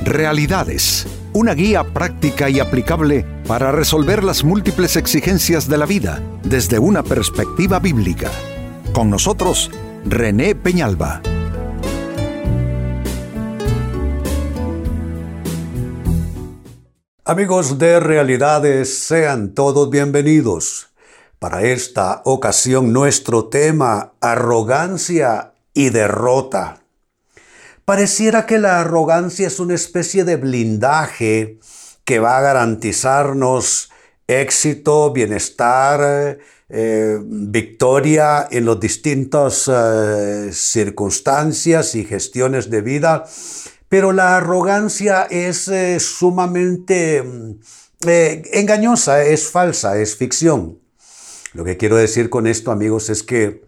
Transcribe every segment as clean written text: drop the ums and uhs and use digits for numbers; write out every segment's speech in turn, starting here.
Realidades, una guía práctica y aplicable para resolver las múltiples exigencias de la vida desde una perspectiva bíblica. Con nosotros, René Peñalba. Amigos de Realidades, sean todos bienvenidos. Para esta ocasión, nuestro tema, arrogancia y derrota. Pareciera que la arrogancia es una especie de blindaje que va a garantizarnos éxito, bienestar, victoria en las distintas circunstancias y gestiones de vida. Pero la arrogancia es sumamente engañosa, es falsa, es ficción. Lo que quiero decir con esto, amigos, es que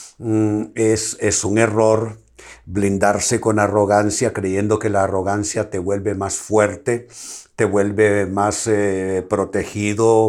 es un error blindarse con arrogancia, creyendo que la arrogancia te vuelve más fuerte, te vuelve más protegido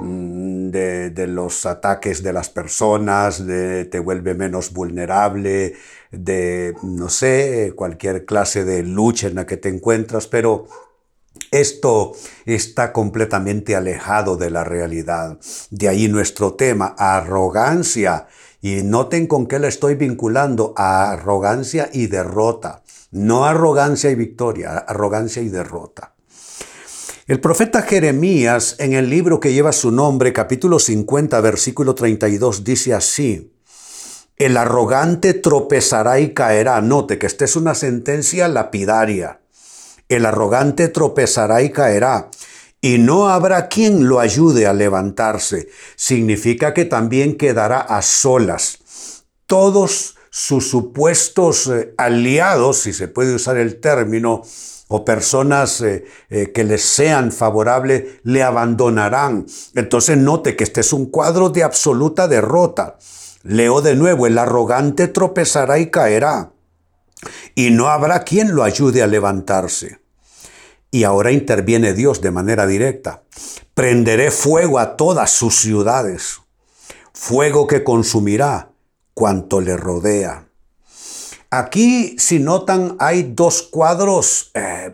de los ataques de las personas, te vuelve menos vulnerable de, no sé, cualquier clase de lucha en la que te encuentras, pero esto está completamente alejado de la realidad. De ahí nuestro tema, arrogancia. Y noten con qué la estoy vinculando, a arrogancia y derrota. No arrogancia y victoria, arrogancia y derrota. El profeta Jeremías, en el libro que lleva su nombre, capítulo 50, versículo 32, dice así: el arrogante tropezará y caerá. Note que esta es una sentencia lapidaria. El arrogante tropezará y caerá, y no habrá quien lo ayude a levantarse. Significa que también quedará a solas. Todos sus supuestos aliados, si se puede usar el término, o personas que les sean favorables, le abandonarán. Entonces note que este es un cuadro de absoluta derrota. Leo de nuevo: el arrogante tropezará y caerá, y no habrá quien lo ayude a levantarse. Y ahora interviene Dios de manera directa. Prenderé fuego a todas sus ciudades, fuego que consumirá cuanto le rodea. Aquí, si notan, hay dos cuadros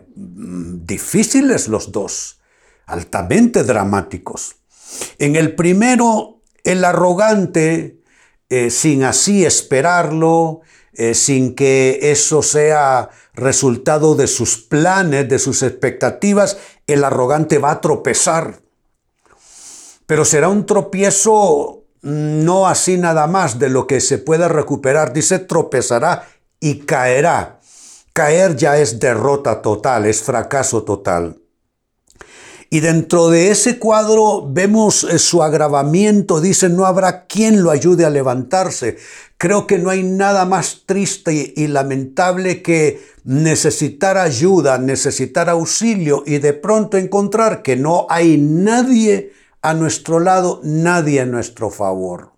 difíciles, los dos, altamente dramáticos. En el primero, el arrogante, sin así esperarlo, sin que eso sea resultado de sus planes, de sus expectativas, el arrogante va a tropezar. Pero será un tropiezo no así nada más de lo que se pueda recuperar. Dice tropezará y caerá. Caer ya es derrota total, es fracaso total. Y dentro de ese cuadro vemos su agravamiento. Dice, no habrá quien lo ayude a levantarse. Creo que no hay nada más triste y lamentable que necesitar ayuda, necesitar auxilio y de pronto encontrar que no hay nadie a nuestro lado, nadie a nuestro favor.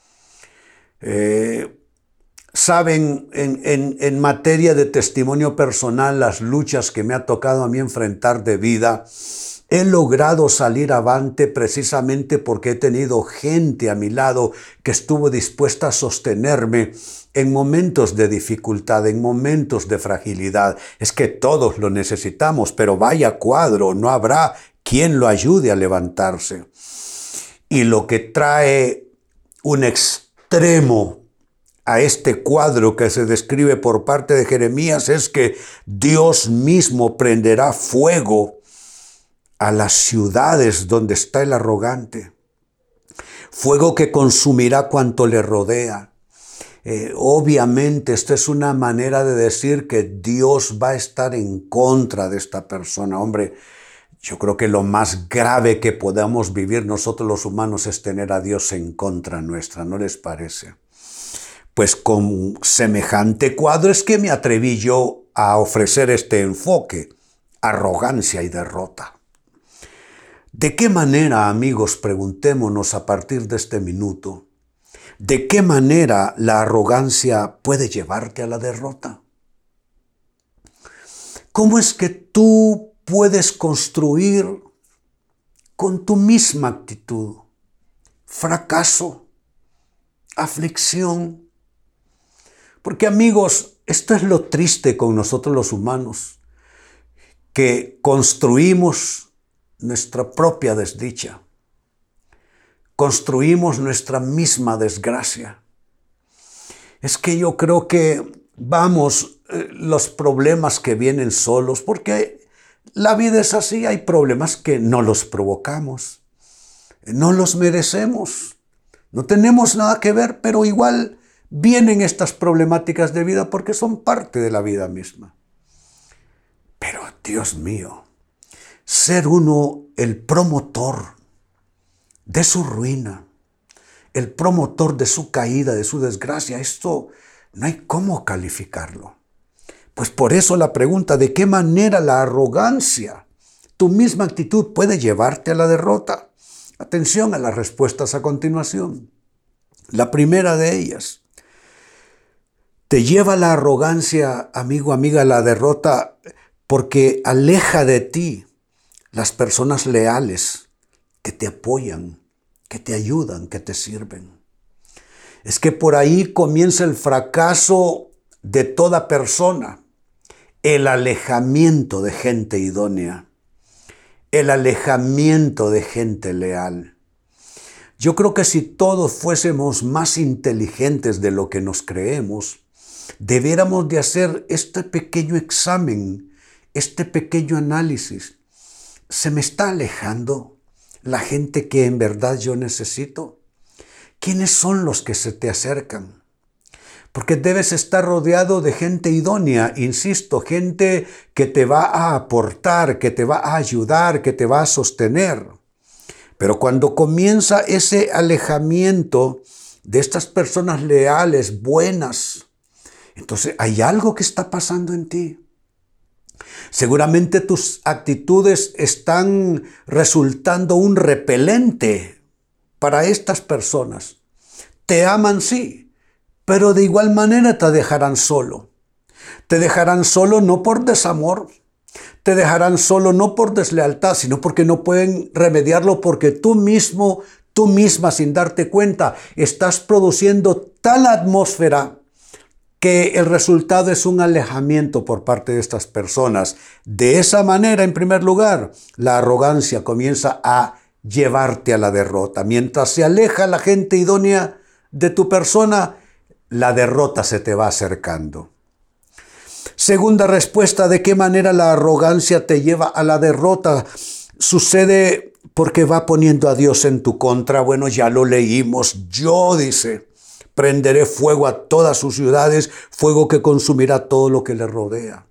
Saben, en materia de testimonio personal, las luchas que me ha tocado a mí enfrentar de vida, he logrado salir avante precisamente porque he tenido gente a mi lado que estuvo dispuesta a sostenerme en momentos de dificultad, en momentos de fragilidad. Es que todos lo necesitamos, pero vaya cuadro, no habrá quien lo ayude a levantarse. Y lo que trae un extremo a este cuadro que se describe por parte de Jeremías es que Dios mismo prenderá fuego a las ciudades donde está el arrogante. Fuego que consumirá cuanto le rodea. Obviamente, esta es una manera de decir que Dios va a estar en contra de esta persona. Hombre, yo creo que lo más grave que podamos vivir nosotros los humanos es tener a Dios en contra nuestra, ¿no les parece? Pues con semejante cuadro es que me atreví yo a ofrecer este enfoque, arrogancia y derrota. ¿De qué manera, amigos, preguntémonos a partir de este minuto, de qué manera la arrogancia puede llevarte a la derrota? ¿Cómo es que tú puedes construir con tu misma actitud fracaso, aflicción? Porque, amigos, esto es lo triste con nosotros los humanos, que construimos nuestra propia desdicha. Construimos nuestra misma desgracia. Es que yo creo que los problemas que vienen solos, porque la vida es así, hay problemas que no los provocamos, no los merecemos, no tenemos nada que ver, pero igual vienen estas problemáticas de vida porque son parte de la vida misma. Pero Dios mío, ser uno el promotor de su ruina, el promotor de su caída, de su desgracia, esto no hay cómo calificarlo. Pues por eso la pregunta, ¿de qué manera la arrogancia, tu misma actitud, puede llevarte a la derrota? Atención a las respuestas a continuación. La primera de ellas, te lleva la arrogancia, amigo, amiga, a la derrota porque aleja de ti las personas leales que te apoyan, que te ayudan, que te sirven. Es que por ahí comienza el fracaso de toda persona, el alejamiento de gente idónea, el alejamiento de gente leal. Yo creo que si todos fuésemos más inteligentes de lo que nos creemos, debiéramos de hacer este pequeño examen, este pequeño análisis. ¿Se me está alejando la gente que en verdad yo necesito? ¿Quiénes son los que se te acercan? Porque debes estar rodeado de gente idónea, insisto, gente que te va a aportar, que te va a ayudar, que te va a sostener. Pero cuando comienza ese alejamiento de estas personas leales, buenas, entonces hay algo que está pasando en ti. Seguramente tus actitudes están resultando un repelente para estas personas. Te aman, sí, pero de igual manera te dejarán solo. Te dejarán solo no por desamor, te dejarán solo no por deslealtad, sino porque no pueden remediarlo, porque tú mismo, tú misma, sin darte cuenta, estás produciendo tal atmósfera que el resultado es un alejamiento por parte de estas personas. De esa manera, en primer lugar, la arrogancia comienza a llevarte a la derrota. Mientras se aleja la gente idónea de tu persona, la derrota se te va acercando. Segunda respuesta, ¿de qué manera la arrogancia te lleva a la derrota? Sucede porque va poniendo a Dios en tu contra. Bueno, ya lo leímos. Yo, dice, prenderé fuego a todas sus ciudades, fuego que consumirá todo lo que le rodea.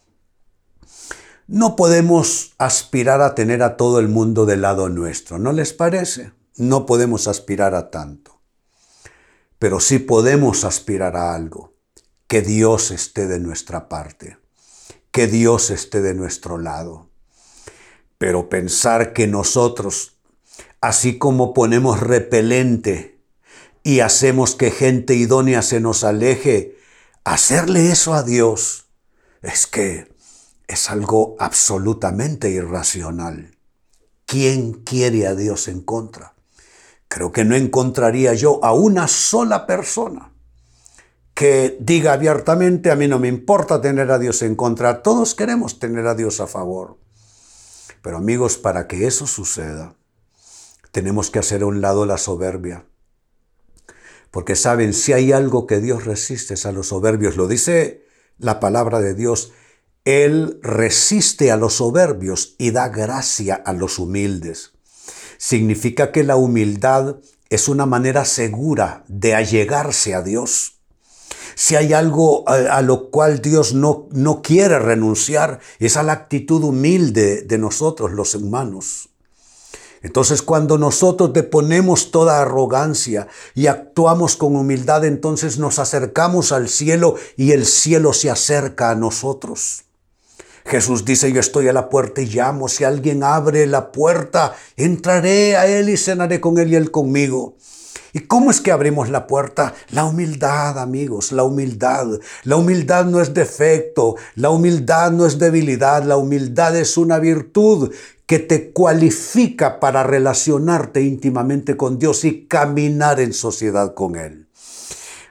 No podemos aspirar a tener a todo el mundo del lado nuestro, ¿no les parece? No podemos aspirar a tanto. Pero sí podemos aspirar a algo. Que Dios esté de nuestra parte, que Dios esté de nuestro lado. Pero pensar que nosotros, así como ponemos repelente y hacemos que gente idónea se nos aleje, hacerle eso a Dios, es que es algo absolutamente irracional. ¿Quién quiere a Dios en contra? Creo que no encontraría yo a una sola persona que diga abiertamente, a mí no me importa tener a Dios en contra, todos queremos tener a Dios a favor. Pero amigos, para que eso suceda, tenemos que hacer a un lado la soberbia. Porque saben, si hay algo que Dios resiste es a los soberbios, lo dice la palabra de Dios, Él resiste a los soberbios y da gracia a los humildes. Significa que la humildad es una manera segura de allegarse a Dios. Si hay algo a lo cual Dios no quiere renunciar, es a la actitud humilde de nosotros los humanos. Entonces, cuando nosotros deponemos toda arrogancia y actuamos con humildad, entonces nos acercamos al cielo y el cielo se acerca a nosotros. Jesús dice, yo estoy a la puerta y llamo. Si alguien abre la puerta, entraré a él y cenaré con él y él conmigo. ¿Y cómo es que abrimos la puerta? La humildad, amigos, la humildad. La humildad no es defecto, la humildad no es debilidad, la humildad es una virtud que te cualifica para relacionarte íntimamente con Dios y caminar en sociedad con Él.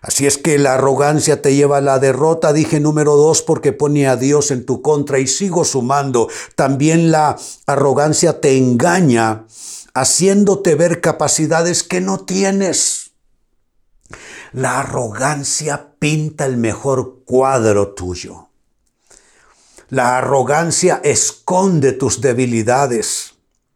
Así es que la arrogancia te lleva a la derrota. Dije número 2 porque pone a Dios en tu contra y sigo sumando. También la arrogancia te engaña, haciéndote ver capacidades que no tienes. La arrogancia pinta el mejor cuadro tuyo. La arrogancia esconde tus debilidades.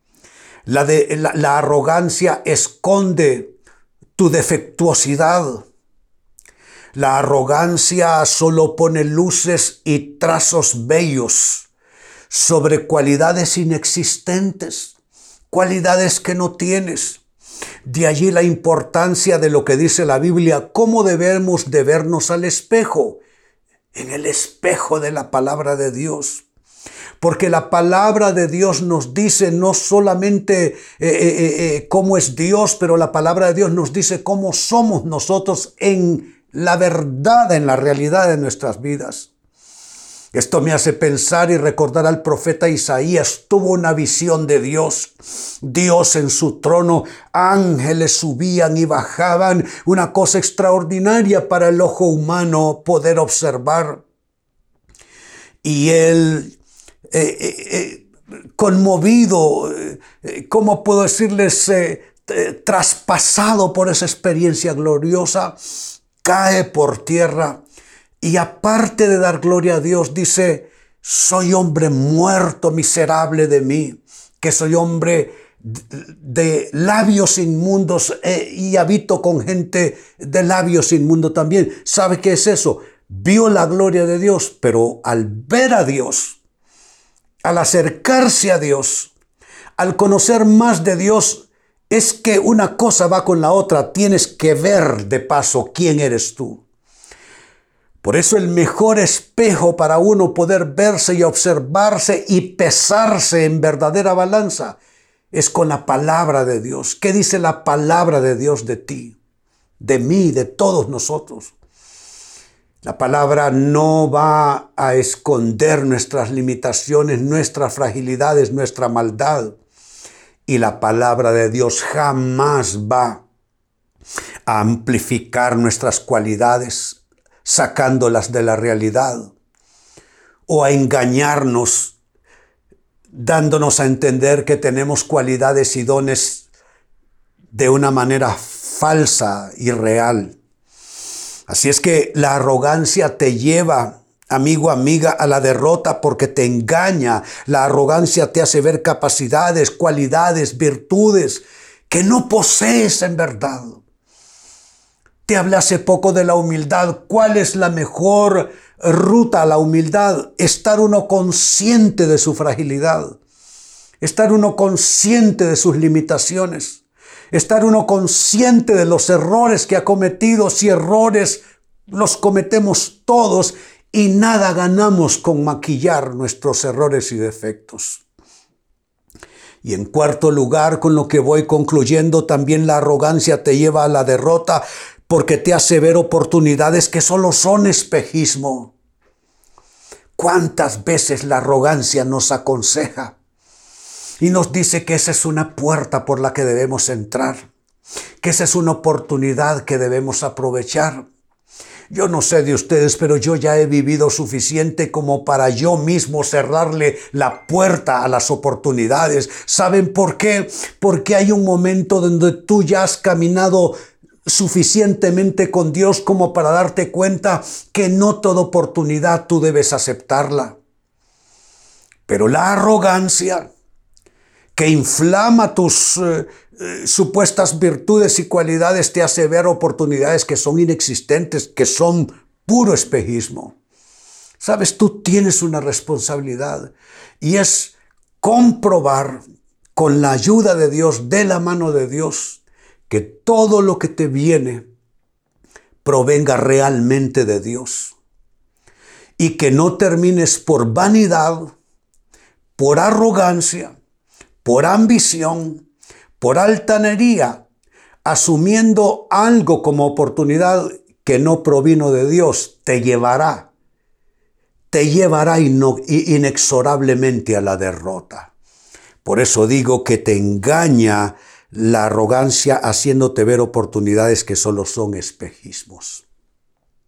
La arrogancia esconde tu defectuosidad. La arrogancia solo pone luces y trazos bellos sobre cualidades inexistentes, cualidades que no tienes. De allí la importancia de lo que dice la Biblia, cómo debemos de vernos al espejo, en el espejo de la palabra de Dios. Porque la palabra de Dios nos dice no solamente cómo es Dios, pero la palabra de Dios nos dice cómo somos nosotros en la verdad, en la realidad de nuestras vidas. Esto me hace pensar y recordar al profeta Isaías. Tuvo una visión de Dios. Dios en su trono, ángeles subían y bajaban. Una cosa extraordinaria para el ojo humano poder observar. Y él, conmovido, ¿cómo puedo decirles? Traspasado por esa experiencia gloriosa, cae por tierra y aparte de dar gloria a Dios, dice, soy hombre muerto, miserable de mí, que soy hombre de labios inmundos y habito con gente de labios inmundos también. ¿Sabe qué es eso? Vio la gloria de Dios, pero al ver a Dios, al acercarse a Dios, al conocer más de Dios, es que una cosa va con la otra. Tienes que ver de paso quién eres tú. Por eso el mejor espejo para uno poder verse y observarse y pesarse en verdadera balanza es con la palabra de Dios. ¿Qué dice la palabra de Dios de ti, de mí, de todos nosotros? La palabra no va a esconder nuestras limitaciones, nuestras fragilidades, nuestra maldad. Y la palabra de Dios jamás va a amplificar nuestras cualidades, sacándolas de la realidad, o a engañarnos, dándonos a entender que tenemos cualidades y dones de una manera falsa y real. Así es que la arrogancia te lleva, amigo, amiga, a la derrota porque te engaña. La arrogancia te hace ver capacidades, cualidades, virtudes que no posees en verdad. Te hablé hace poco de la humildad. ¿Cuál es la mejor ruta a la humildad? Estar uno consciente de su fragilidad. Estar uno consciente de sus limitaciones. Estar uno consciente de los errores que ha cometido. Si errores los cometemos todos, y nada ganamos con maquillar nuestros errores y defectos. Y en cuarto lugar, con lo que voy concluyendo, también la arrogancia te lleva a la derrota porque te hace ver oportunidades que solo son espejismo. ¿Cuántas veces la arrogancia nos aconseja y nos dice que esa es una puerta por la que debemos entrar, que esa es una oportunidad que debemos aprovechar? Yo no sé de ustedes, pero yo ya he vivido suficiente como para yo mismo cerrarle la puerta a las oportunidades. ¿Saben por qué? Porque hay un momento donde tú ya has caminado suficientemente con Dios como para darte cuenta que no toda oportunidad tú debes aceptarla. Pero la arrogancia que inflama tus supuestas virtudes y cualidades te hace ver oportunidades que son inexistentes, que son puro espejismo. Sabes, tú tienes una responsabilidad y es comprobar con la ayuda de Dios, de la mano de Dios, que todo lo que te viene provenga realmente de Dios y que no termines por vanidad, por arrogancia, por ambición, por altanería, asumiendo algo como oportunidad que no provino de Dios. Te llevará inexorablemente a la derrota. Por eso digo que te engaña la arrogancia haciéndote ver oportunidades que solo son espejismos.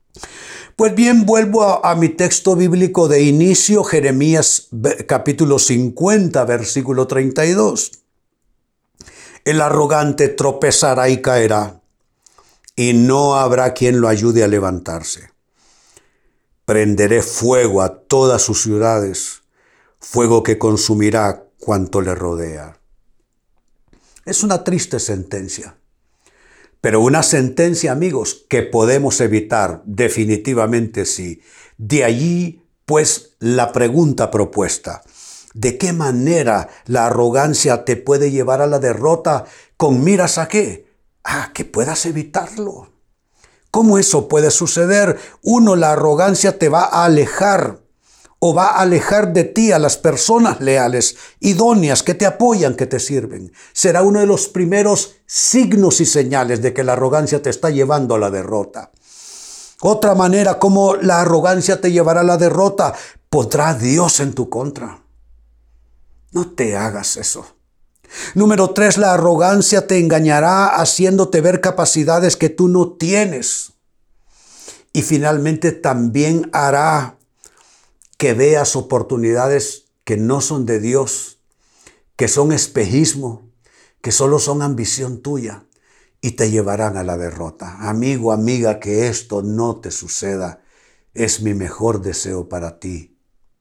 Pues bien, vuelvo a mi texto bíblico de inicio, Jeremías capítulo 50, versículo 32. El arrogante tropezará y caerá, y no habrá quien lo ayude a levantarse. Prenderé fuego a todas sus ciudades, fuego que consumirá cuanto le rodea. Es una triste sentencia, pero una sentencia, amigos, que podemos evitar definitivamente sí. De allí, pues, la pregunta propuesta. ¿De qué manera la arrogancia te puede llevar a la derrota con miras a qué? A que puedas evitarlo. ¿Cómo eso puede suceder? Uno, la arrogancia te va a alejar o va a alejar de ti a las personas leales, idóneas, que te apoyan, que te sirven. Será uno de los primeros signos y señales de que la arrogancia te está llevando a la derrota. Otra manera como la arrogancia te llevará a la derrota, pondrá Dios en tu contra. No te hagas eso. Número 3, la arrogancia te engañará haciéndote ver capacidades que tú no tienes. Y finalmente también hará que veas oportunidades que no son de Dios, que son espejismo, que solo son ambición tuya y te llevarán a la derrota. Amigo, amiga, que esto no te suceda. Es mi mejor deseo para ti.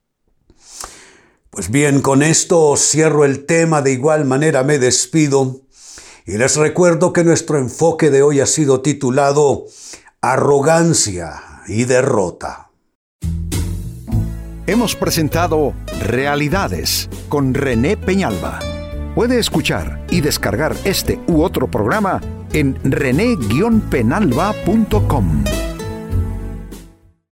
Pues bien, con esto cierro el tema, de igual manera me despido y les recuerdo que nuestro enfoque de hoy ha sido titulado Arrogancia y Derrota. Hemos presentado Realidades con René Peñalba. Puede escuchar y descargar este u otro programa en rene-penalba.com.